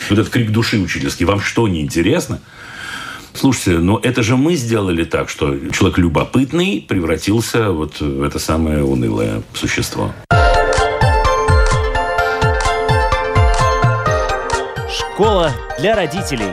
Вот этот крик души учительский. Вам что, не интересно? Слушайте, но это же мы сделали так, что человек любопытный превратился вот в это самое унылое существо. Школа для родителей.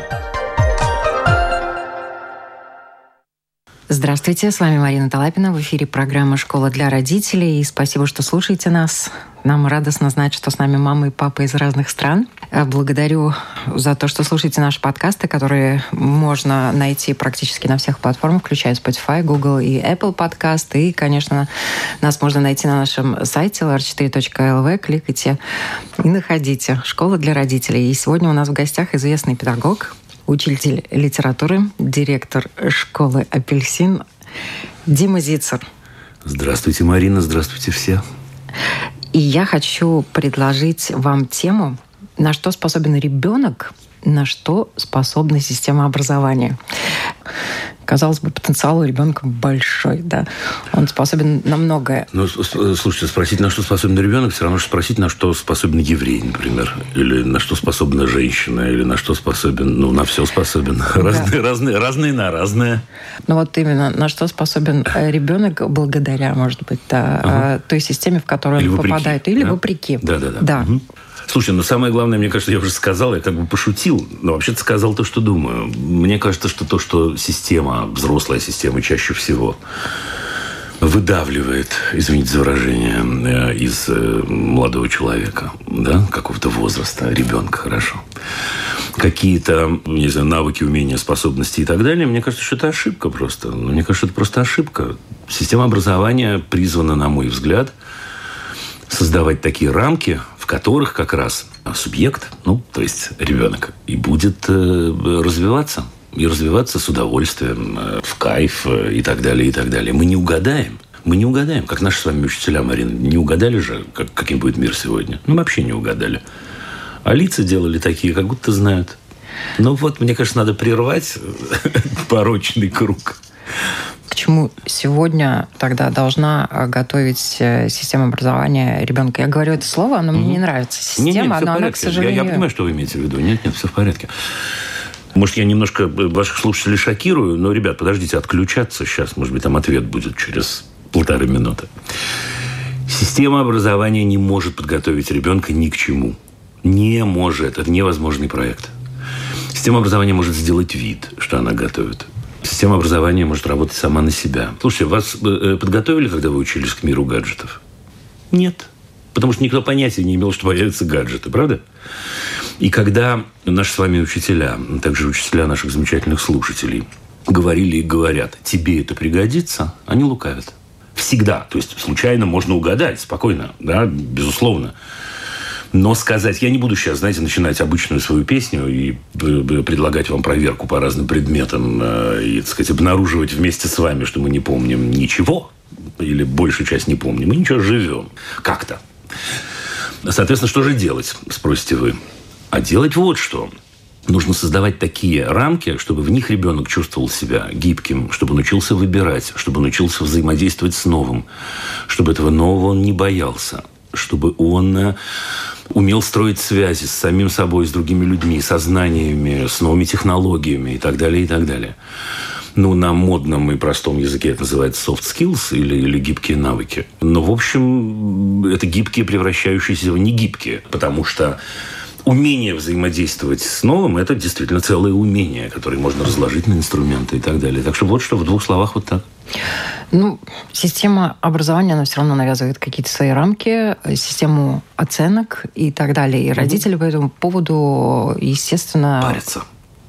Здравствуйте, с вами Марина Талапина. В эфире программа «Школа для родителей». И спасибо, что слушаете нас. Нам радостно знать, что с нами мама и папа из разных стран. Благодарю за то, что слушаете наши подкасты, которые можно найти практически на всех платформах, включая Spotify, Google и Apple подкасты. И, конечно, нас можно найти на нашем сайте lr4.lv. Кликайте и находите «Школа для родителей». И сегодня у нас в гостях известный педагог, учитель литературы, директор школы «Апельсин» Дима Зицер. Здравствуйте, Марина, здравствуйте все. И я хочу предложить вам тему, на что способен ребенок, на что способна система образования. Казалось бы, потенциал у ребенка большой, да. Он способен на многое. Ну, слушайте, спросить, на что способен ребенок, все равно, что спросить, на что способен еврей, например. Или на что способна женщина, или на что способен, на все способен. Разные на разное. Ну, вот именно, на что способен ребенок благодаря, может быть, той системе, в которую или он вопреки, попадает. Или вопреки. Да. Угу. Слушай, самое главное, мне кажется, я уже сказал, я как бы пошутил, но вообще-то сказал то, что думаю. Мне кажется, что то, что система, взрослая система чаще всего выдавливает, извините за выражение, из молодого человека, да, какого-то возраста, ребенка, хорошо, какие-то, не знаю, навыки, умения, способности и так далее, мне кажется, что это ошибка просто. Мне кажется, это просто ошибка. Система образования призвана, на мой взгляд, создавать такие рамки, в которых как раз субъект, то есть ребенок, и будет развиваться. И развиваться с удовольствием, в кайф и так далее, и так далее. Мы не угадаем, как наши с вами учителя, Марина, не угадали же, каким будет мир сегодня. Вообще не угадали. А лица делали такие, как будто знают. Мне кажется, надо прервать порочный круг. К чему сегодня тогда должна готовить система образования ребенка? Я говорю это слово, оно мне не нравится. Система, но она, к сожалению... Я понимаю, что вы имеете в виду. Нет, все в порядке. Может, я немножко ваших слушателей шокирую, но, ребят, подождите, отключаться сейчас, может быть, там ответ будет через 1,5 минуты. Система образования не может подготовить ребенка ни к чему. Не может. Это невозможный проект. Система образования может сделать вид, что она готовит. Система образования может работать сама на себя. Слушайте, вас подготовили, когда вы учились к миру гаджетов? Нет. Потому что никто понятия не имел, что появятся гаджеты, правда? И когда наши с вами учителя, также учителя наших замечательных слушателей, говорили и говорят, тебе это пригодится, они лукавят. Всегда. То есть случайно можно угадать, спокойно, да, безусловно. Но сказать, я не буду сейчас, начинать обычную свою песню и предлагать вам проверку по разным предметам и, так сказать, обнаруживать вместе с вами, что мы не помним ничего, или большую часть не помним, мы ничего живем. Как-то. Соответственно, что же делать, спросите вы? А делать вот что. Нужно создавать такие рамки, чтобы в них ребенок чувствовал себя гибким, чтобы он учился выбирать, чтобы он учился взаимодействовать с новым, чтобы этого нового он не боялся, чтобы он умел строить связи с самим собой, с другими людьми, со знаниями, с новыми технологиями и так далее, и так далее. На модном и простом языке это называется soft skills или гибкие навыки. Но, в общем, это гибкие, превращающиеся в негибкие, потому что умение взаимодействовать с новым – это действительно целое умение, которое можно разложить на инструменты и так далее. Так что вот что в 2 словах вот так. Система образования, она все равно навязывает какие-то свои рамки, систему оценок и так далее. И родители по этому поводу, естественно... Парятся.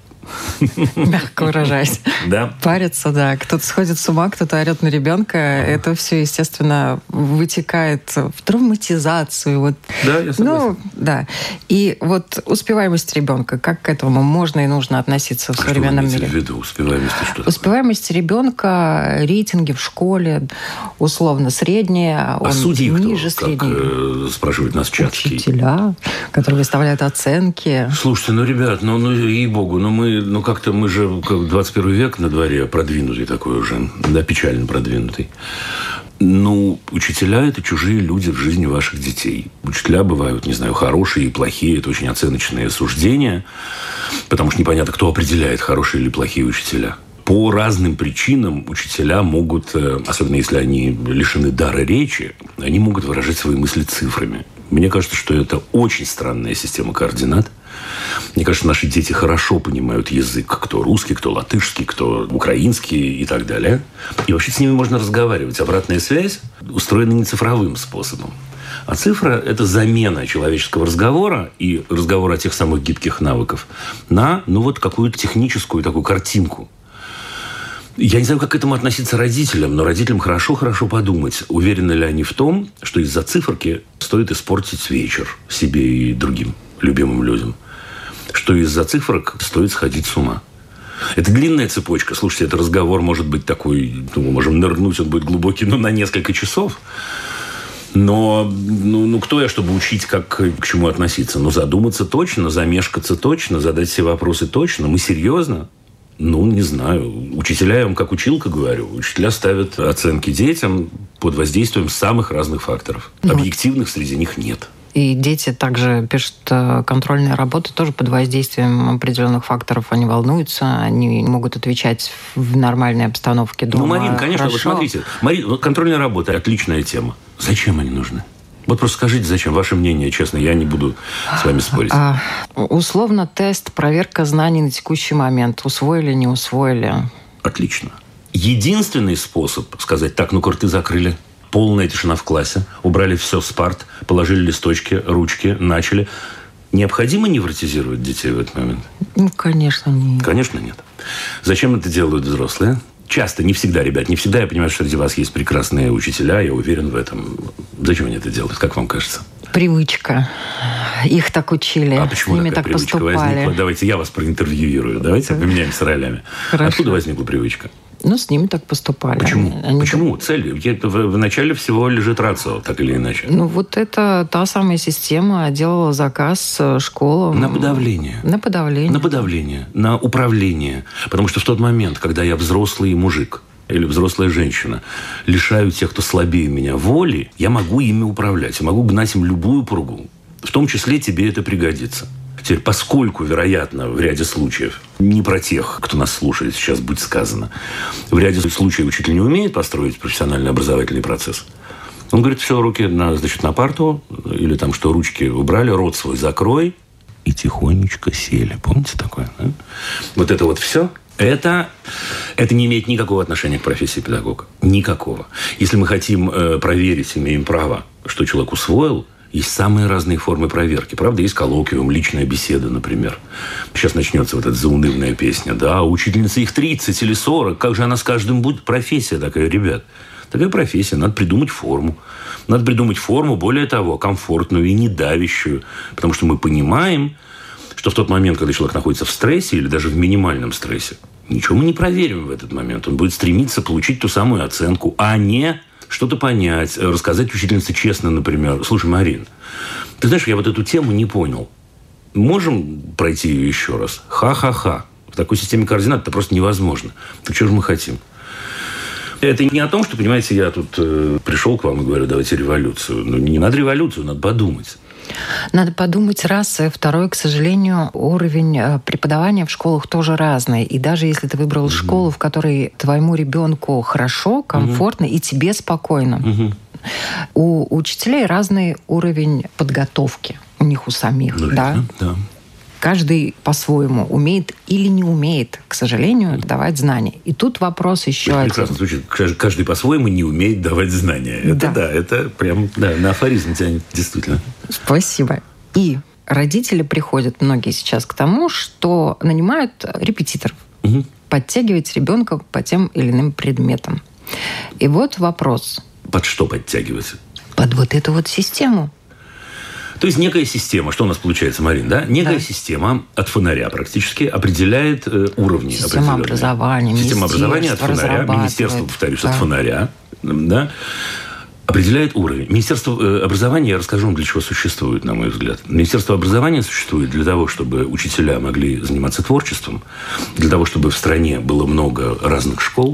Мягко выражаясь. Да. Парятся, да. Кто-то сходит с ума, кто-то орет на ребенка. Это все, естественно, вытекает в травматизацию. Да, я согласен. Да. И успеваемость ребенка, как к этому можно и нужно относиться в современном мире? Что вы имеете в виду? Успеваемость что такое? Успеваемость ребенка, рейтинги в школе, условно средние, он судьи ниже кто? среднего. Как спрашивает нас Чацкий. Учителя, которые выставляют оценки. Слушайте, ребят, ей-богу, мы же 21 век на дворе, продвинутый такой уже, да, печально продвинутый. Учителя – это чужие люди в жизни ваших детей. Учителя бывают, не знаю, хорошие и плохие. Это очень оценочные суждения, потому что непонятно, кто определяет, хорошие или плохие учителя. По разным причинам учителя могут, особенно если они лишены дара речи, они могут выражать свои мысли цифрами. Мне кажется, что это очень странная система координат. Мне кажется, наши дети хорошо понимают язык. Кто русский, кто латышский, кто украинский и так далее. И вообще с ними можно разговаривать. Обратная связь устроена не цифровым способом. А цифра – это замена человеческого разговора и разговора о тех самых гибких навыков на, какую-то техническую такую картинку. Я не знаю, как к этому относиться родителям, но родителям хорошо подумать, уверены ли они в том, что из-за циферки стоит испортить вечер себе и другим любимым людям. Что из-за цифрок стоит сходить с ума. Это длинная цепочка. Слушайте, этот разговор может быть такой, мы можем нырнуть, он будет глубокий, на несколько часов. Но кто я, чтобы учить, как к чему относиться? Задуматься точно, замешкаться точно, задать все вопросы точно. Мы серьезно? Не знаю. Учителя, я вам как училка говорю, учителя ставят оценки детям под воздействием самых разных факторов. Объективных среди них нет. И дети также пишут контрольные работы тоже под воздействием определенных факторов. Они волнуются, они могут отвечать в нормальной обстановке дома. Марин, конечно, хорошо. Смотрите. Марин, контрольные работы – отличная тема. Зачем они нужны? Вот просто скажите, зачем? Ваше мнение, честно, я не буду с вами спорить. Условно, тест, проверка знаний на текущий момент. Усвоили, не усвоили. Отлично. Единственный способ сказать, так, рты закрыли, полная тишина в классе, убрали все с парт, положили листочки, ручки, начали. Необходимо невротизировать детей в этот момент? Конечно, нет. Конечно, нет. Зачем это делают взрослые? Часто, не всегда, ребят, не всегда. Я понимаю, что среди вас есть прекрасные учителя, я уверен в этом. Зачем они это делают, как вам кажется? Привычка. Их так учили. А почему с ними такая так привычка поступали? возникла? Давайте я вас проинтервьюирую. Давайте поменяемся ролями. Хорошо. Откуда возникла привычка? С ними так поступали. Почему? Они Почему? Цель. В начале всего лежит рацио, так или иначе. Это та самая система делала заказ школам. На подавление. На подавление. На подавление. На управление. Потому что в тот момент, когда я взрослый мужик или взрослая женщина лишаю тех, кто слабее меня, воли, я могу ими управлять. Я могу гнать им любую пургу. В том числе тебе это пригодится. Теперь, поскольку, вероятно, в ряде случаев, не про тех, кто нас слушает, сейчас будет сказано, в ряде случаев учитель не умеет построить профессиональный образовательный процесс, он говорит, все, руки на парту, или там, что ручки убрали, рот свой закрой, и тихонечко сели. Помните такое? Да? Вот это вот все, это не имеет никакого отношения к профессии педагога. Никакого. Если мы хотим проверить, имеем право, что человек усвоил, есть самые разные формы проверки. Правда, есть коллоквиум, личная беседа, например. Сейчас начнется вот эта заунывная песня. Да, учительница их 30 или 40. Как же она с каждым будет? Профессия такая, ребят. Такая профессия. Надо придумать форму. Надо придумать форму, более того, комфортную и не давящую. Потому что мы понимаем, что в тот момент, когда человек находится в стрессе или даже в минимальном стрессе, ничего мы не проверим в этот момент. Он будет стремиться получить ту самую оценку, а не что-то понять, рассказать учительнице честно, например. Слушай, Марин, ты знаешь, я вот эту тему не понял. Можем пройти ее еще раз? Ха-ха-ха. В такой системе координат это просто невозможно. Так что же мы хотим? Это не о том, что, понимаете, я тут пришел к вам и говорю, давайте революцию. Не надо революцию, надо подумать. Надо подумать раз. И второй, к сожалению, уровень преподавания в школах тоже разный. И даже если ты выбрал школу, в которой твоему ребенку хорошо, комфортно и тебе спокойно, у учителей разный уровень подготовки. У них у самих. Да. Каждый по-своему умеет или не умеет, к сожалению, давать знания. И тут вопрос еще один. Прекрасно звучит. Каждый по-своему не умеет давать знания. Это прям на афоризм тянет, действительно. Спасибо. И родители приходят, многие сейчас, к тому, что нанимают репетиторов. Подтягивать ребенка по тем или иным предметам. И вот вопрос. Под что подтягивать? Под вот эту вот систему. То есть некая система, что у нас получается, Марин, да? Некая система от фонаря практически определяет уровни. Система образования. Система образования от фонаря. Министерство, повторюсь, от фонаря. Да? Определяет уровень. Министерство образования, я расскажу вам, для чего существует, на мой взгляд. Министерство образования существует для того, чтобы учителя могли заниматься творчеством, для того, чтобы в стране было много разных школ,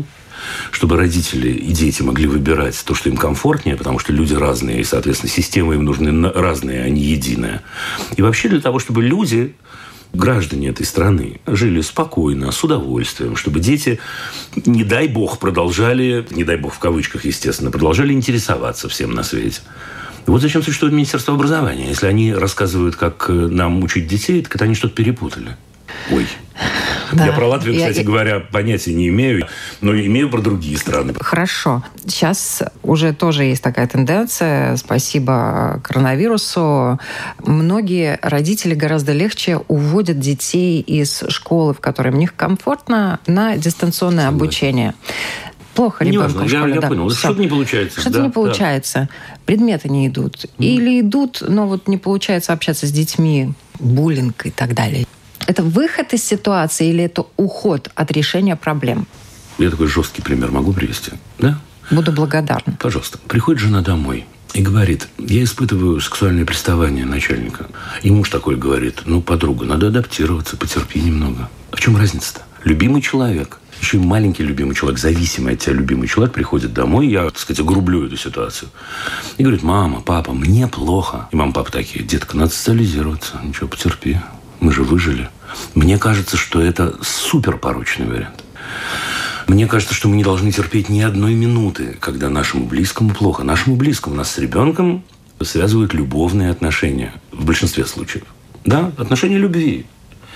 чтобы родители и дети могли выбирать то, что им комфортнее, потому что люди разные, и, соответственно, системы им нужны разные, а не единая. И вообще для того, чтобы люди, граждане этой страны, жили спокойно, с удовольствием, чтобы дети, не дай бог, продолжали, не дай бог в кавычках, естественно, продолжали интересоваться всем на свете. Вот зачем существует Министерство образования. Если они рассказывают, как нам учить детей, так это они что-то перепутали. Ой. Да. Я про Латвию, кстати говоря, понятия не имею, но имею про другие страны. Хорошо. Сейчас уже тоже есть такая тенденция, спасибо коронавирусу. Многие родители гораздо легче уводят детей из школы, в которой у них комфортно, на дистанционное обучение. Плохо ребенку в школе. Я понял. Что-то не получается. Что-то не получается. Предметы не идут. Или идут, но вот не получается общаться с детьми, буллинг и так далее. Это выход из ситуации или это уход от решения проблем? Я такой жесткий пример могу привести? Да? Буду благодарна. Пожалуйста. Приходит жена домой и говорит: я испытываю сексуальное приставание начальника. И муж такой говорит: подруга, надо адаптироваться, потерпи немного. А в чем разница-то? Любимый человек, еще и маленький любимый человек, зависимый от тебя любимый человек, приходит домой, я, так сказать, огрублю эту ситуацию. И говорит: мама, папа, мне плохо. И мама, папа такие: детка, надо социализироваться. Ничего, потерпи. Мы же выжили. Мне кажется, что это суперпорочный вариант. Мне кажется, что мы не должны терпеть ни одной минуты, когда нашему близкому плохо. Нашему близкому, нас с ребенком связывают любовные отношения. В большинстве случаев. Да, отношения любви.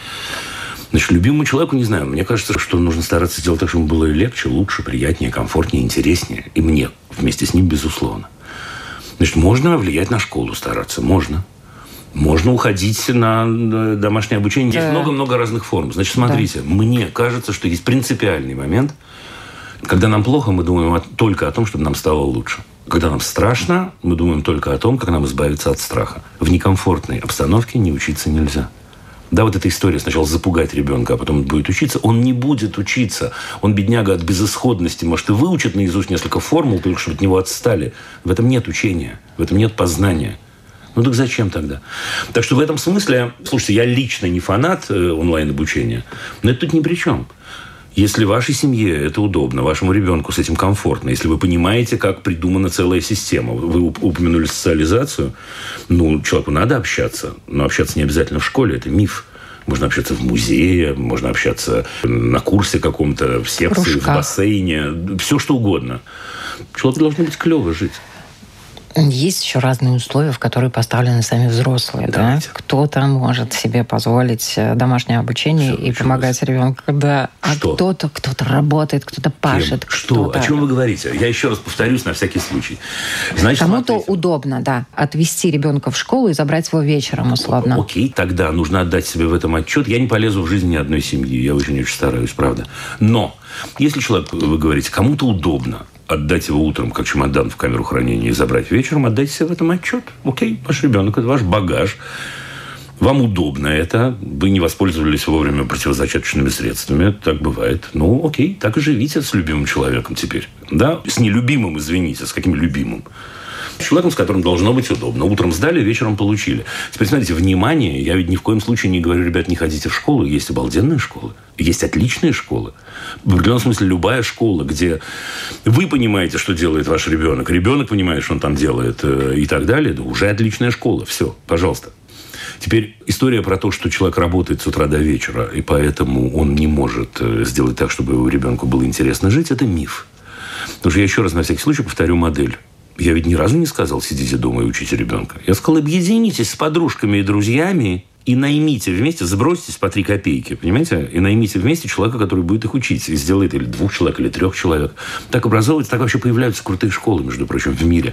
Значит, любимому человеку, не знаю, мне кажется, что нужно стараться сделать так, чтобы ему было легче, лучше, приятнее, комфортнее, интереснее. И мне вместе с ним, безусловно. Значит, можно влиять на школу, стараться. Можно. Можно уходить на домашнее обучение. Есть много-много разных форм. Значит, смотрите, мне кажется, что есть принципиальный момент, когда нам плохо, мы думаем только о том, чтобы нам стало лучше. Когда нам страшно, мы думаем только о том, как нам избавиться от страха. В некомфортной обстановке не учиться нельзя. Да, вот эта история сначала запугать ребенка, а потом он будет учиться. Он не будет учиться. Он, бедняга, от безысходности, может, и выучит наизусть несколько формул, только чтобы от него отстали. В этом нет учения, в этом нет познания. Так зачем тогда? Так что в этом смысле, слушайте, я лично не фанат онлайн-обучения, но это тут ни при чем. Если вашей семье это удобно, вашему ребенку с этим комфортно, если вы понимаете, как придумана целая система, вы упомянули социализацию, человеку надо общаться, но общаться не обязательно в школе, это миф. Можно общаться в музее, можно общаться на курсе каком-то, в секции, в бассейне, все что угодно. Человеку должно быть клево жить. Есть еще разные условия, в которые поставлены сами взрослые. Да? Кто-то может себе позволить домашнее обучение и помогать ребенку. Да. А кто-то работает, кто-то пашет. Что? О чем вы говорите? Я еще раз повторюсь на всякий случай. Значит, кому-то удобно, отвезти ребенка в школу и забрать его вечером, условно. Окей, тогда нужно отдать себе в этом отчет. Я не полезу в жизнь ни одной семьи. Я очень-очень стараюсь, правда. Но если человек, вы говорите, кому-то удобно отдать его утром, как чемодан, в камеру хранения и забрать вечером, отдайте себе в этом отчет. Окей, ваш ребенок, это ваш багаж. Вам удобно это. Вы не воспользовались вовремя противозачаточными средствами. Так бывает. Окей, так и живите с любимым человеком теперь. Да? С нелюбимым, извините. С каким любимым? С человеком, с которым должно быть удобно. Утром сдали, вечером получили. Теперь, смотрите, внимание. Я ведь ни в коем случае не говорю: ребят, не ходите в школу. Есть обалденные школы. Есть отличные школы. В определенном смысле любая школа, где вы понимаете, что делает ваш ребенок, ребенок понимает, что он там делает и так далее, это уже отличная школа. Все, пожалуйста. Теперь история про то, что человек работает с утра до вечера, и поэтому он не может сделать так, чтобы его ребенку было интересно жить, это миф. Потому что я еще раз на всякий случай повторю модель. Я ведь ни разу не сказал: сидите дома и учите ребенка. Я сказал: объединитесь с подружками и друзьями и наймите вместе, сбросьтесь по 3 копейки, понимаете? И наймите вместе человека, который будет их учить. И сделает или 2 человек, или 3 человек. Так образовывается, так вообще появляются крутые школы, между прочим, в мире.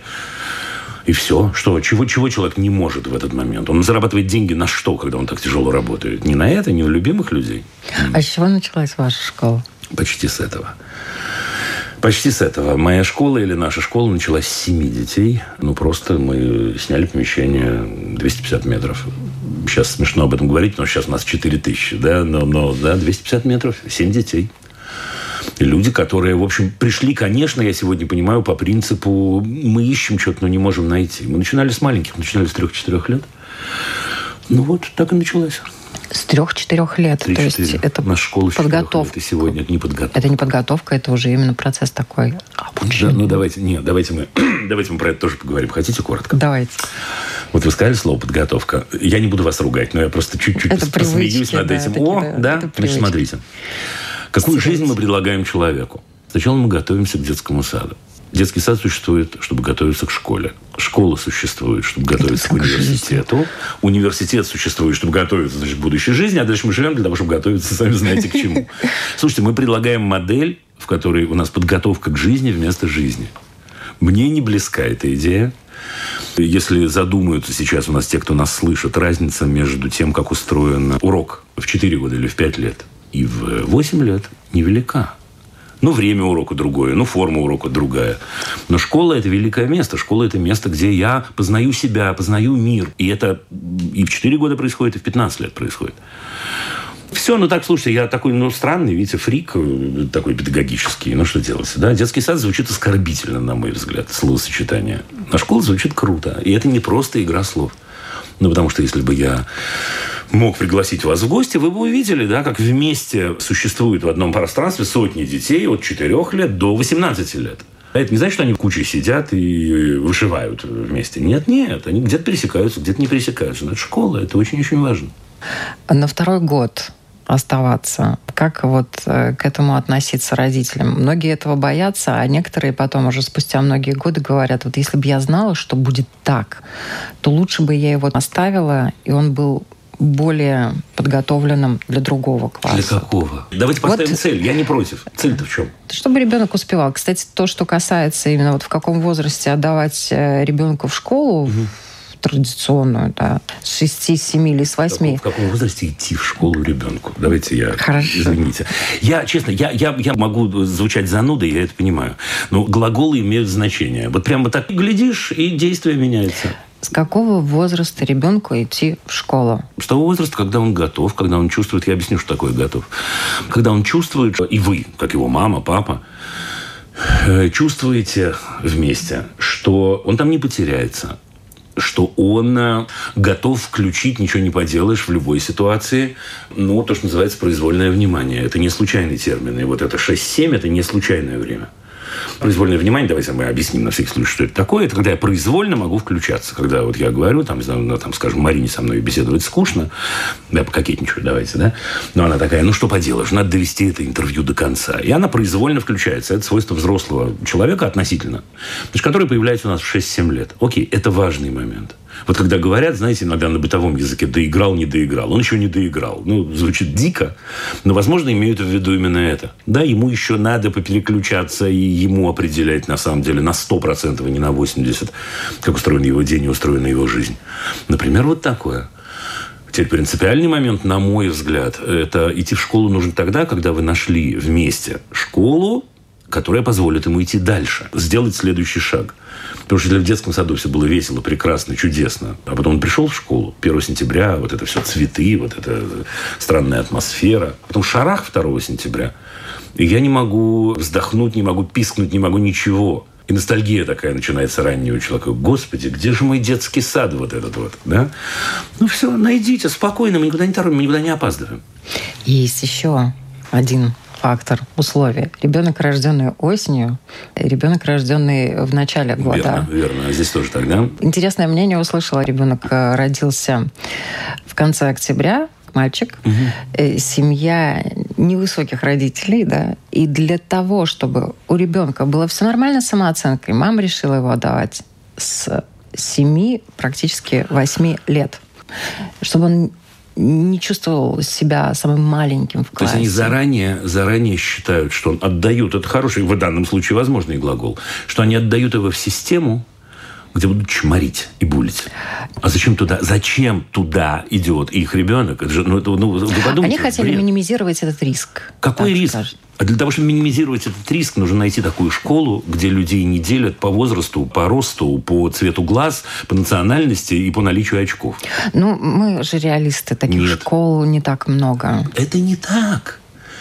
И все. Что? Чего человек не может в этот момент? Он зарабатывает деньги на что, когда он так тяжело работает? Не на это, не у любимых людей. А с чего началась ваша школа? Почти с этого. Почти с этого. Моя школа или наша школа началась с 7 детей. Просто мы сняли помещение 250 метров. Сейчас смешно об этом говорить, потому что сейчас у нас 4000, да? Но 250 метров, 7 детей. Люди, которые, в общем, пришли, конечно, я сегодня понимаю, по принципу: мы ищем что-то, но не можем найти. Мы начинали с маленьких, мы начинали с 3-4 лет. Ну вот, так и началось. С 3-4 лет. 3-4. То есть это школа подготовка. И сегодня это не подготовка. Это не подготовка, это уже именно процесс такой. Да, ну давайте мы про это тоже поговорим. Хотите коротко? Давайте. Вот вы сказали слово «подготовка». Я не буду вас ругать, но я просто чуть-чуть посмеюсь над этим. Значит, смотрите. Какую жизнь мы предлагаем человеку? Сначала мы готовимся к детскому саду. Детский сад существует, чтобы готовиться к школе. Школа существует, чтобы готовиться к университету. Университет существует, чтобы готовиться, значит, к будущей жизни. А дальше мы живем для того, чтобы готовиться, сами знаете, к чему. Слушайте, мы предлагаем модель, в которой у нас подготовка к жизни вместо жизни. Мне не близка эта идея. Если задумаются сейчас у нас те, кто нас слышит, разница между тем, как устроен урок в 4 года или в 5 лет и в 8 лет, невелика. Ну, время урока другое, ну, форма урока другая. Но школа – это великое место. Школа – это место, где я познаю себя, познаю мир. И это и в 4 года происходит, и в 15 лет происходит. Все, ну так, слушайте, я такой, странный, видите, фрик такой педагогический. Ну, что делать, да? Детский сад звучит оскорбительно, на мой взгляд, словосочетание. А школа звучит круто. И это не просто игра слов. Ну, потому что если бы я мог пригласить вас в гости, вы бы увидели, да, как вместе существует в одном пространстве сотни детей от 4 лет до 18 лет. Это не значит, что они кучей сидят и вышивают вместе. Нет, они где-то пересекаются, где-то не пересекаются. Но это школа, это очень-очень важно. На 2-й год оставаться. Как вот к этому относиться родителям? Многие этого боятся, а некоторые потом уже спустя многие годы говорят, вот если бы я знала, что будет так, то лучше бы я его оставила, и он был более подготовленным для другого класса. Для какого? Давайте поставим цель. Я не против. Цель-то в чем? Чтобы ребенок успевал. Кстати, то, что касается именно вот в каком возрасте отдавать ребенка в школу, традиционную, да, с 6, 7 или с 8. В каком возрасте идти в школу ребенку? Давайте я... Хорошо. Извините. Честно, я могу звучать занудой, я это понимаю. Но глаголы имеют значение. Вот прямо так глядишь, и действие меняется. С какого возраста ребенку идти в школу? С того возраста, когда он готов, когда он чувствует... Я объясню, что такое готов. Когда он чувствует, и вы, как его мама, папа, чувствуете вместе, что он там не потеряется, что он готов включить, ничего не поделаешь, в любой ситуации, то, что называется произвольное внимание. Это не случайный термин. И вот это 6-7 – это не случайное время. Произвольное внимание, давайте мы объясним на всякий случай, что это такое. Это когда я произвольно могу включаться. Когда вот я говорю, скажем, Марине со мной беседовать скучно, я пококетничаю, давайте, да? Но она такая, что поделаешь, надо довести это интервью до конца. И она произвольно включается. Это свойство взрослого человека относительно, который появляется у нас в 6-7 лет. Окей, это важный момент. Вот когда говорят, знаете, иногда на бытовом языке «доиграл, не доиграл». Он еще не доиграл. Звучит дико, но, возможно, имеют в виду именно это. Да, ему еще надо попереключаться и ему определять, на самом деле, на 100%, а не на 80%, как устроен его день и устроена его жизнь. Например, вот такое. Теперь принципиальный момент, на мой взгляд, это идти в школу нужно тогда, когда вы нашли вместе школу, которая позволит ему идти дальше, сделать следующий шаг. Потому что если в детском саду все было весело, прекрасно, чудесно, а потом он пришел в школу 1 сентября, вот это все цветы, вот эта странная атмосфера, потом шарах 2 сентября, и я не могу вздохнуть, не могу пискнуть, не могу ничего. И ностальгия такая начинается раннего человека. Господи, где же мой детский сад вот этот вот, да? Все, найдите, спокойно, мы никуда не торопим, мы никуда не опаздываем. Есть еще один фактор, условие. Ребенок, рожденный осенью, ребенок, рожденный в начале года. Верно. А здесь тоже так, да? Интересное мнение услышала. Ребенок родился в конце октября, мальчик. Угу. Семья невысоких родителей, да. И для того, чтобы у ребенка было все нормально с самооценкой, мама решила его отдавать с 7, практически 8 лет. Чтобы он не чувствовал себя самым маленьким в классе. То есть они заранее считают, что он отдают, это хороший в данном случае возможный глагол, что они отдают его в систему, где будут чморить и булить. А зачем туда идет их ребенок? Это же, вы подумайте. Они хотели минимизировать этот риск. Какой риск? А для того, чтобы минимизировать этот риск, нужно найти такую школу, где людей не делят по возрасту, по росту, по цвету глаз, по национальности и по наличию очков. Мы же реалисты. Таких школ не так много. Это не так.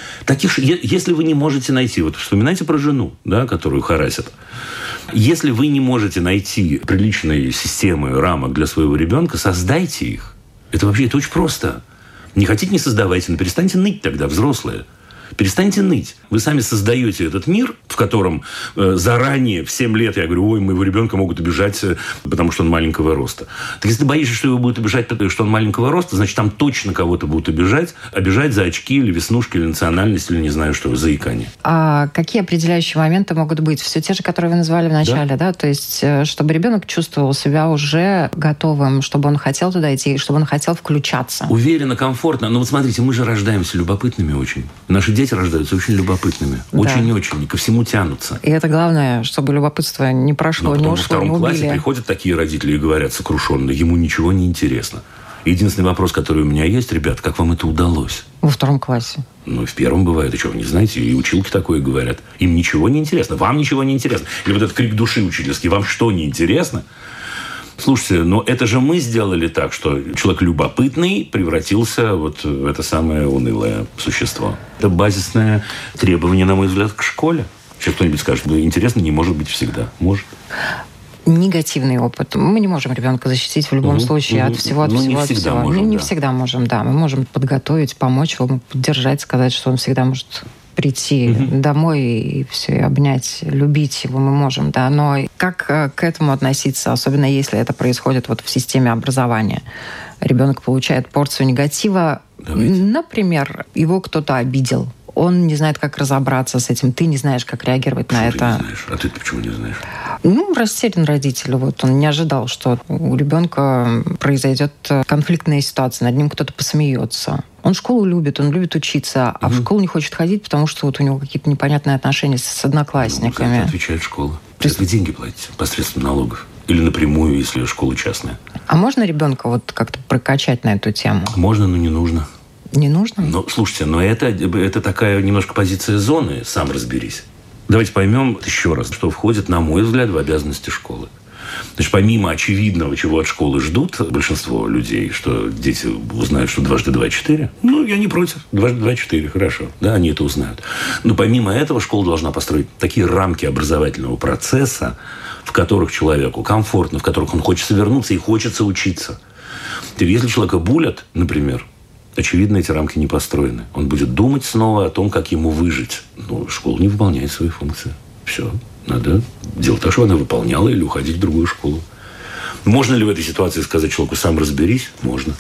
Если вы не можете найти... Вот вспоминайте про жену, да, которую харасят. Если вы не можете найти приличные системы, рамок для своего ребенка, создайте их. Это вообще это очень просто. Не хотите, не создавайте, но перестаньте ныть тогда, взрослые. Перестаньте ныть. Вы сами создаете этот мир, в котором заранее, в 7 лет, я говорю, ой, моего ребенка могут обижать, потому что он маленького роста. Так если ты боишься, что его будут обижать, потому что он маленького роста, значит, там точно кого-то будут обижать за очки или веснушки, или национальность, или не знаю что, заикание. А какие определяющие моменты могут быть? Все те же, которые вы назвали в начале, да? То есть, чтобы ребенок чувствовал себя уже готовым, чтобы он хотел туда идти, чтобы он хотел включаться. Уверенно, комфортно. Но вот смотрите, мы же рождаемся любопытными очень. Наши дети рождаются очень любопытными. Очень-очень. И ко всему тянутся. И это главное, чтобы любопытство не прошло, не ушло, не убили. Во втором классе приходят такие родители и говорят сокрушенно, ему ничего не интересно. Единственный вопрос, который у меня есть, ребят, как вам это удалось? Во 2 классе. Ну, в 1 бывает, и что, вы не знаете, и училки такое говорят. Им ничего не интересно, вам ничего не интересно. Или вот этот крик души учительский, вам что не интересно? Слушайте, но это же мы сделали так, что человек любопытный превратился вот в это самое унылое существо. Это базисное требование, на мой взгляд, к школе. Сейчас кто-нибудь скажет, что интересно не может быть всегда. Может. Негативный опыт. Мы не можем ребенка защитить в любом случае от всего, не всегда можем, не всегда можем, да. Мы можем подготовить, помочь ему, поддержать, сказать, что он всегда может прийти домой и все, и обнять, любить его мы можем, да. Но как к этому относиться, особенно если это происходит вот в системе образования? Ребенок получает порцию негатива. Например, его кто-то обидел. Он не знает, как разобраться с этим. Ты не знаешь, как реагировать на это. Ты не знаешь? А ты почему не знаешь? Растерян родитель. Вот он не ожидал, что у ребенка произойдет конфликтная ситуация, над ним кто-то посмеется. Он школу любит, он любит учиться, а в школу не хочет ходить, потому что вот у него какие-то непонятные отношения с одноклассниками. За это отвечает школа. То есть вы деньги платите посредством налогов? Или напрямую, если школа частная? А можно ребенка вот как-то прокачать на эту тему? Можно, но не нужно. Не нужно? Слушайте, это такая немножко позиция зоны, сам разберись. Давайте поймем еще раз, что входит, на мой взгляд, в обязанности школы. Значит, помимо очевидного, чего от школы ждут большинство людей, что дети узнают, что 2 × 2 = 4, я не против. 2 × 2 = 4, хорошо. Да, они это узнают. Но помимо этого школа должна построить такие рамки образовательного процесса, в которых человеку комфортно, в которых он хочется вернуться и хочется учиться. Если человека булят, например, очевидно, эти рамки не построены. Он будет думать снова о том, как ему выжить. Школа не выполняет свои функции. Все. Надо делать так, чтобы она выполняла, или уходить в другую школу. Можно ли в этой ситуации сказать человеку «сам разберись»? Можно.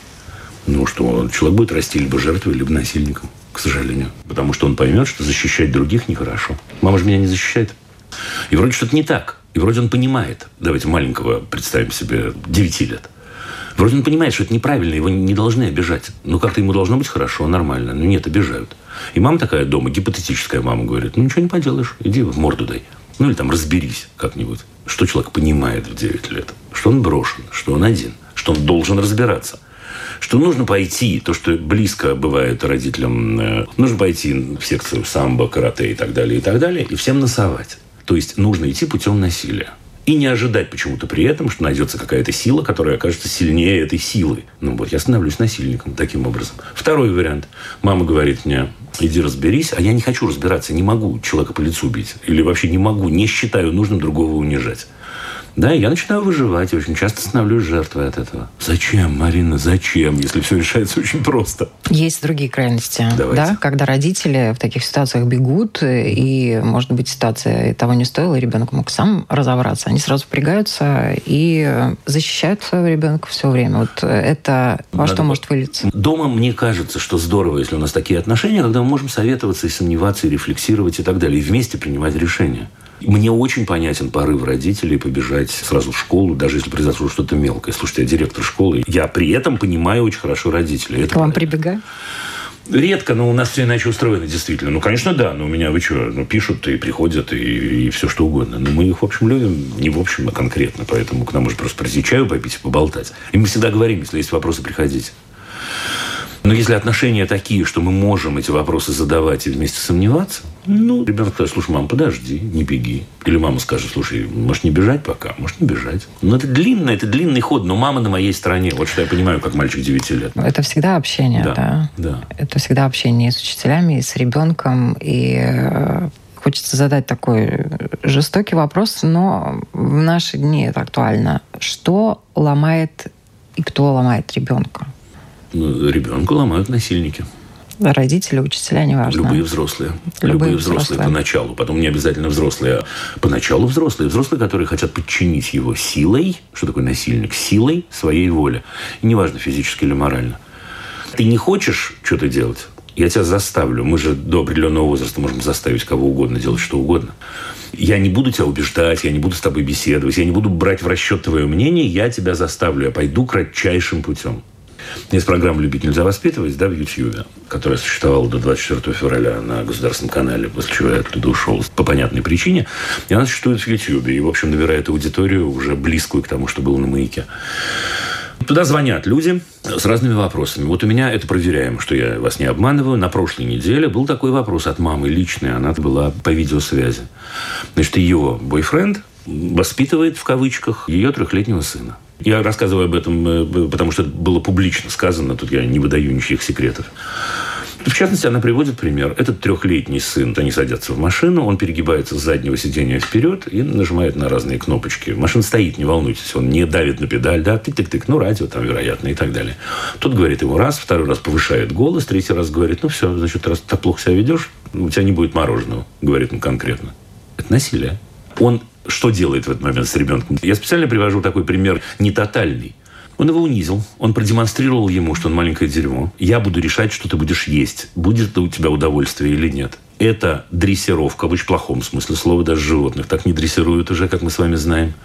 Что человек будет расти либо жертвой, либо насильником, к сожалению. Потому что он поймет, что защищать других нехорошо. Мама же меня не защищает. И вроде что-то не так. И вроде он понимает. Давайте маленького представим себе 9 лет. Вроде он понимает, что это неправильно, его не должны обижать. Как-то ему должно быть хорошо, нормально. Но нет, обижают. И мама такая дома, гипотетическая мама, говорит, ничего не поделаешь, иди в морду дай. Или там разберись как-нибудь. Что человек понимает в 9 лет? Что он брошен, что он один, что он должен разбираться. Что нужно пойти, то, что близко бывает родителям, нужно пойти в секцию самбо, карате и так далее, и всем носовать. То есть нужно идти путем насилия. И не ожидать почему-то при этом, что найдется какая-то сила, которая окажется сильнее этой силы. Я становлюсь насильником таким образом. Второй вариант. Мама говорит мне, иди разберись, а я не хочу разбираться, не могу человека по лицу бить. Или вообще не могу, не считаю нужным другого унижать. Да, я начинаю выживать и очень часто становлюсь жертвой от этого. Зачем, Марина, зачем, если все решается очень просто? Есть другие крайности, Давайте. Да, когда родители в таких ситуациях бегут, и, может быть, ситуация того не стоила, и ребенок мог сам разобраться. Они сразу впрягаются и защищают своего ребенка все время. Это во что может вылиться? Дома мне кажется, что здорово, если у нас такие отношения, когда мы можем советоваться и сомневаться, и рефлексировать и так далее, и вместе принимать решения. Мне очень понятен порыв родителей побежать сразу в школу, даже если произошло что-то мелкое. Слушайте, я директор школы. Я при этом понимаю очень хорошо родителей. К вам прибегают? Редко, но у нас все иначе устроено, действительно. Конечно, да, но у меня, вы что, пишут и приходят, и все что угодно. Но мы их, в общем, любим. Не в общем, а конкретно. Поэтому к нам уже просто прийти чаю попить и поболтать. И мы всегда говорим, если есть вопросы, приходите. Но если отношения такие, что мы можем эти вопросы задавать и вместе сомневаться, ребенок скажет, слушай, мам, подожди, не беги. Или мама скажет, слушай, может не бежать пока, может не бежать. Это длинный ход, но мама на моей стороне. Вот что я понимаю, как мальчик 9 лет. Это всегда общение, да? Это всегда общение и с учителями, и с ребенком, и... Хочется задать такой жестокий вопрос, но в наши дни это актуально. Что ломает и кто ломает ребенка? Ребенку ломают насильники. Родители, учителя, неважно. Любые взрослые. Любые взрослые поначалу. Потом не обязательно взрослые, а поначалу взрослые. Взрослые, которые хотят подчинить его силой. Что такое насильник? Силой своей воли. И неважно, физически или морально. Ты не хочешь что-то делать? Я тебя заставлю. Мы же до определенного возраста можем заставить кого угодно делать что угодно. Я не буду тебя убеждать, я не буду с тобой беседовать, я не буду брать в расчет твое мнение, я тебя заставлю. Я пойду кратчайшим путем. Есть программа «Любить нельзя воспитывать», да, в Ютьюбе, которая существовала до 24 февраля на государственном канале, после чего я оттуда ушел по понятной причине. И она существует в Ютьюбе и, в общем, набирает аудиторию уже близкую к тому, что было на «Маяке». Туда звонят люди с разными вопросами. Вот у меня это проверяем, что я вас не обманываю. На прошлой неделе был такой вопрос от мамы личный. Она была по видеосвязи. Значит, ее бойфренд воспитывает, в кавычках, ее 3-летнего сына. Я рассказываю об этом, потому что это было публично сказано. Тут я не выдаю ничьих секретов. В частности, она приводит пример. Этот 3-летний сын, они садятся в машину, он перегибается с заднего сиденья вперед и нажимает на разные кнопочки. Машина стоит, не волнуйтесь, он не давит на педаль, да, тык-тык-тык, радио там, вероятно, и так далее. Тот говорит ему раз, 2-й раз повышает голос, 3-й раз говорит, все, значит, раз ты так плохо себя ведешь, у тебя не будет мороженого, говорит он конкретно. Это насилие. Он что делает в этот момент с ребенком? Я специально привожу такой пример не тотальный. Он его унизил, он продемонстрировал ему, что он маленькое дерьмо. Я буду решать, что ты будешь есть. Будет ли у тебя удовольствие или нет. Это дрессировка, в очень плохом смысле слова, даже животных. Так не дрессируют уже, как мы с вами знаем.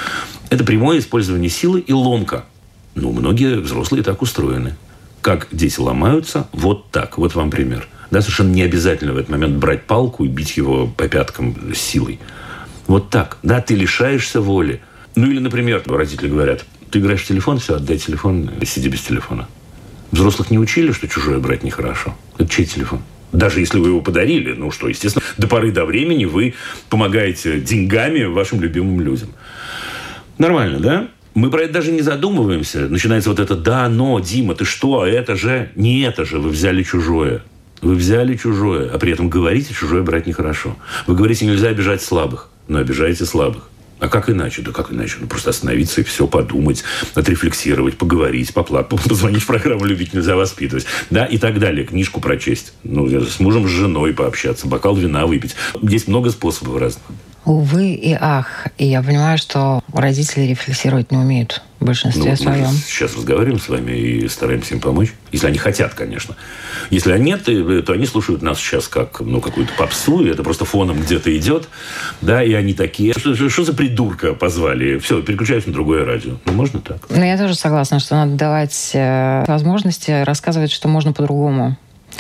Это прямое использование силы и ломка. Многие взрослые так устроены. Как дети ломаются, вот так. Вот вам пример. Да, совершенно не обязательно в этот момент брать палку и бить его по пяткам с силой. Вот так. Да, ты лишаешься воли. Или, например, родители говорят, ты играешь в телефон, все, отдай телефон, сиди без телефона. Взрослых не учили, что чужое брать нехорошо. Это чей телефон? Даже если вы его подарили, естественно, до поры до времени вы помогаете деньгами вашим любимым людям. Нормально, да? Мы про это даже не задумываемся. Начинается вот это «да, но, Дима, ты что, это же...» Не это же, вы взяли чужое. Вы взяли чужое, а при этом говорите, чужое брать нехорошо. Вы говорите, нельзя обижать слабых, но обижаете слабых. А как иначе? Да как иначе? Просто остановиться и все подумать, отрефлексировать, поговорить, поплакать, позвонить в программу «Любить нельзя воспитывать», да, и так далее. Книжку прочесть. С мужем, с женой пообщаться, бокал вина выпить. Есть много способов разных. Увы и ах. И я понимаю, что родители рефлексировать не умеют в большинстве своем. Мы сейчас разговариваем с вами и стараемся им помочь. Если они хотят, конечно. Если нет, то они слушают нас сейчас как какую-то попсу, и это просто фоном где-то идет. Да, и они такие, что за придурка позвали? Все, переключаюсь на другое радио. Можно так? Я тоже согласна, что надо давать возможности рассказывать, что можно по-другому.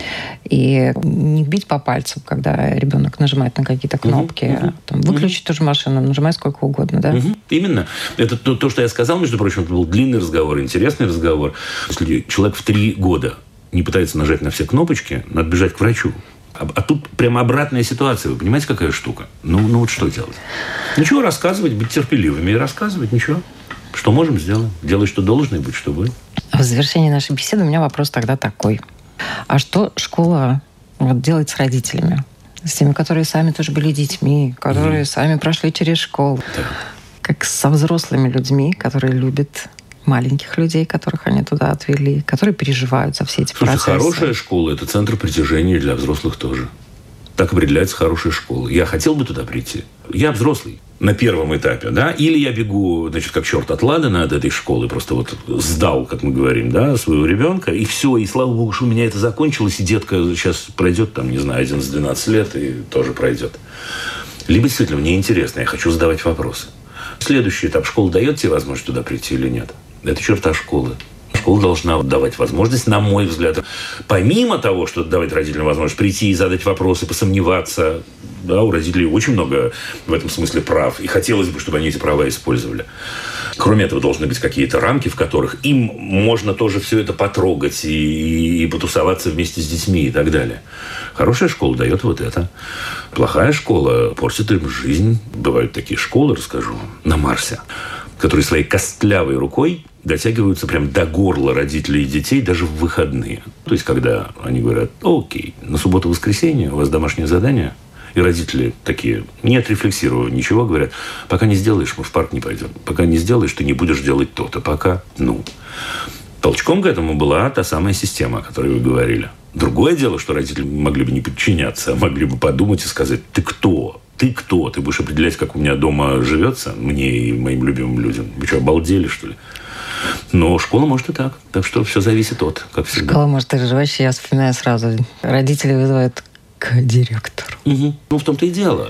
И не бить по пальцам, когда ребенок нажимает на какие-то кнопки. Выключить ту же машину, нажимай сколько угодно, да? Именно. Это то, что я сказал, между прочим, это был длинный разговор, интересный разговор. Если человек в 3 года не пытается нажать на все кнопочки, надо бежать к врачу. А тут прямо обратная ситуация. Вы понимаете, какая штука? Вот что делать? Ничего, рассказывать, быть терпеливыми и рассказывать, ничего. Что можем, сделаем. Делай, что должно, и будь, что будет. В завершении нашей беседы у меня вопрос тогда такой. А что школа делает с родителями? С теми, которые сами тоже были детьми, которые сами прошли через школу. Да. Как со взрослыми людьми, которые любят маленьких людей, которых они туда отвели, которые переживают за все эти процессы. Хорошая школа – это центр притяжения для взрослых тоже. Так определяется хорошая школа. Я хотел бы туда прийти. Я взрослый на первом этапе, да, или я бегу, как черт от ладана от этой школы, просто сдал, как мы говорим, да, своего ребенка, и все, и слава богу, что у меня это закончилось, и детка сейчас пройдет, один с 12 лет, и тоже пройдет. Либо действительно мне интересно, я хочу задавать вопросы. Следующий этап: школа дает тебе возможность туда прийти или нет? Это черта школы. Школа должна давать возможность, на мой взгляд, помимо того, что давать родителям возможность прийти и задать вопросы, посомневаться. Да, у родителей очень много в этом смысле прав. И хотелось бы, чтобы они эти права использовали. Кроме этого, должны быть какие-то рамки, в которых им можно тоже все это потрогать и потусоваться вместе с детьми и так далее. Хорошая школа дает вот это. Плохая школа портит им жизнь. Бывают такие школы, расскажу, на Марсе, которые своей костлявой рукой дотягиваются прям до горла родителей и детей даже в выходные. То есть, когда они говорят: окей, на субботу-воскресенье у вас домашнее задание, и родители такие, не отрефлексируя ничего, говорят: пока не сделаешь, мы в парк не пойдем. Пока не сделаешь, ты не будешь делать то-то. Пока, Толчком к этому была та самая система, о которой вы говорили. Другое дело, что родители могли бы не подчиняться, а могли бы подумать и сказать: ты кто? Ты кто? Ты будешь определять, как у меня дома живется, мне и моим любимым людям? Вы что, обалдели, что ли? Но школа может и так. Так что все зависит от, как всегда. Школа может и вообще, я вспоминаю сразу. Родители вызывают к директору. Угу. Ну, в том-то и дело.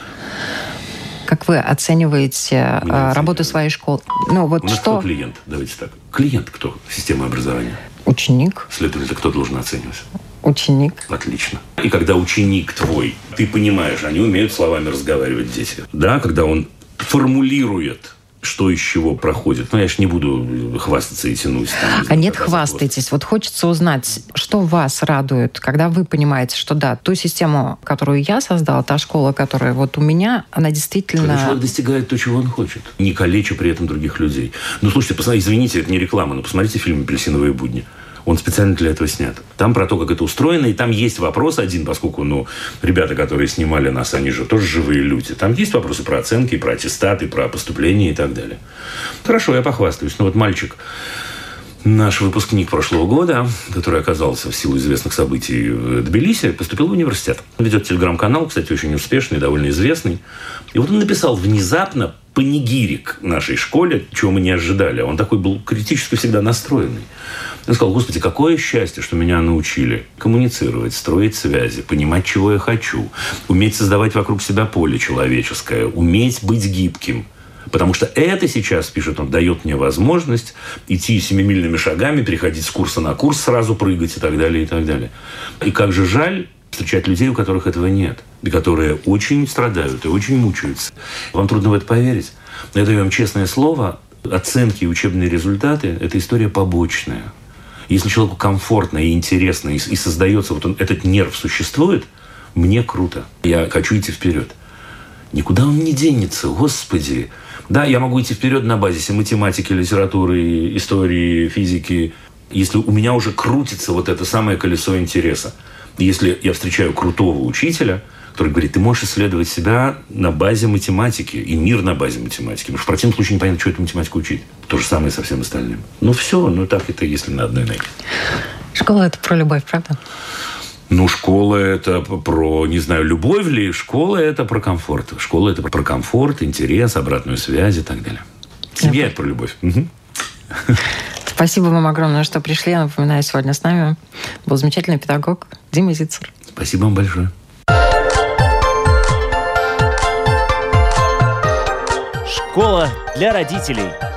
Как вы оцениваете работу своей школы? Ну, вот у нас что... кто клиент? Давайте так. Клиент кто? Система образования. Ученик. Следовательно, кто должен оценивать? Ученик. Отлично. И когда ученик твой, ты понимаешь, они умеют словами разговаривать, дети. Да, когда он формулирует, что из чего проходит. Ну, я же не буду хвастаться и тянуть. А нет, хвастайтесь. Вот хочется узнать, что вас радует, когда вы понимаете, что да, ту систему, которую я создала, та школа, которая вот у меня, она действительно... Когда человек достигает то, чего он хочет, не калеча при этом других людей. Ну, слушайте, посмотрите, извините, это не реклама, но посмотрите фильм «Апельсиновые будни». Он специально для этого снят. Там про то, как это устроено, и там есть вопрос один, поскольку, ребята, которые снимали нас, они же тоже живые люди. Там есть вопросы про оценки, про аттестаты, про поступление и так далее. Хорошо, я похвастаюсь. Вот мальчик, наш выпускник прошлого года, который оказался в силу известных событий в Тбилиси, поступил в университет. Он ведет телеграм-канал, кстати, очень успешный, довольно известный. И вот он написал внезапно панигирик нашей школе, чего мы не ожидали. Он такой был критически всегда настроенный. Он сказал: Господи, какое счастье, что меня научили коммуницировать, строить связи, понимать, чего я хочу, уметь создавать вокруг себя поле человеческое, уметь быть гибким. Потому что это сейчас, пишет он, дает мне возможность идти семимильными шагами, переходить с курса на курс, сразу прыгать и так далее, и так далее. И как же жаль встречать людей, у которых этого нет, и которые очень страдают и очень мучаются. Вам трудно в это поверить. Но я даю вам честное слово, оценки и учебные результаты – это история побочная. Если человеку комфортно и интересно, и создается, этот нерв существует, мне круто. Я хочу идти вперед. Никуда он не денется, Господи. Да, я могу идти вперед на базисе математики, литературы, истории, физики, если у меня уже крутится вот это самое колесо интереса. Если я встречаю крутого учителя, который говорит: ты можешь исследовать себя на базе математики и мир на базе математики. Потому что в противном случае непонятно, что эту математику учить. То же самое со всем остальным. Все, так это если на одной ноге. Школа – это про любовь, правда? Школа – это про, не знаю, любовь ли. Школа – это про комфорт. Школа – это про комфорт, интерес, обратную связь и так далее. Семья – это про любовь. Угу. Спасибо вам огромное, что пришли. Я напоминаю, сегодня с нами был замечательный педагог Дима Зицер. Спасибо вам большое. Школа для родителей.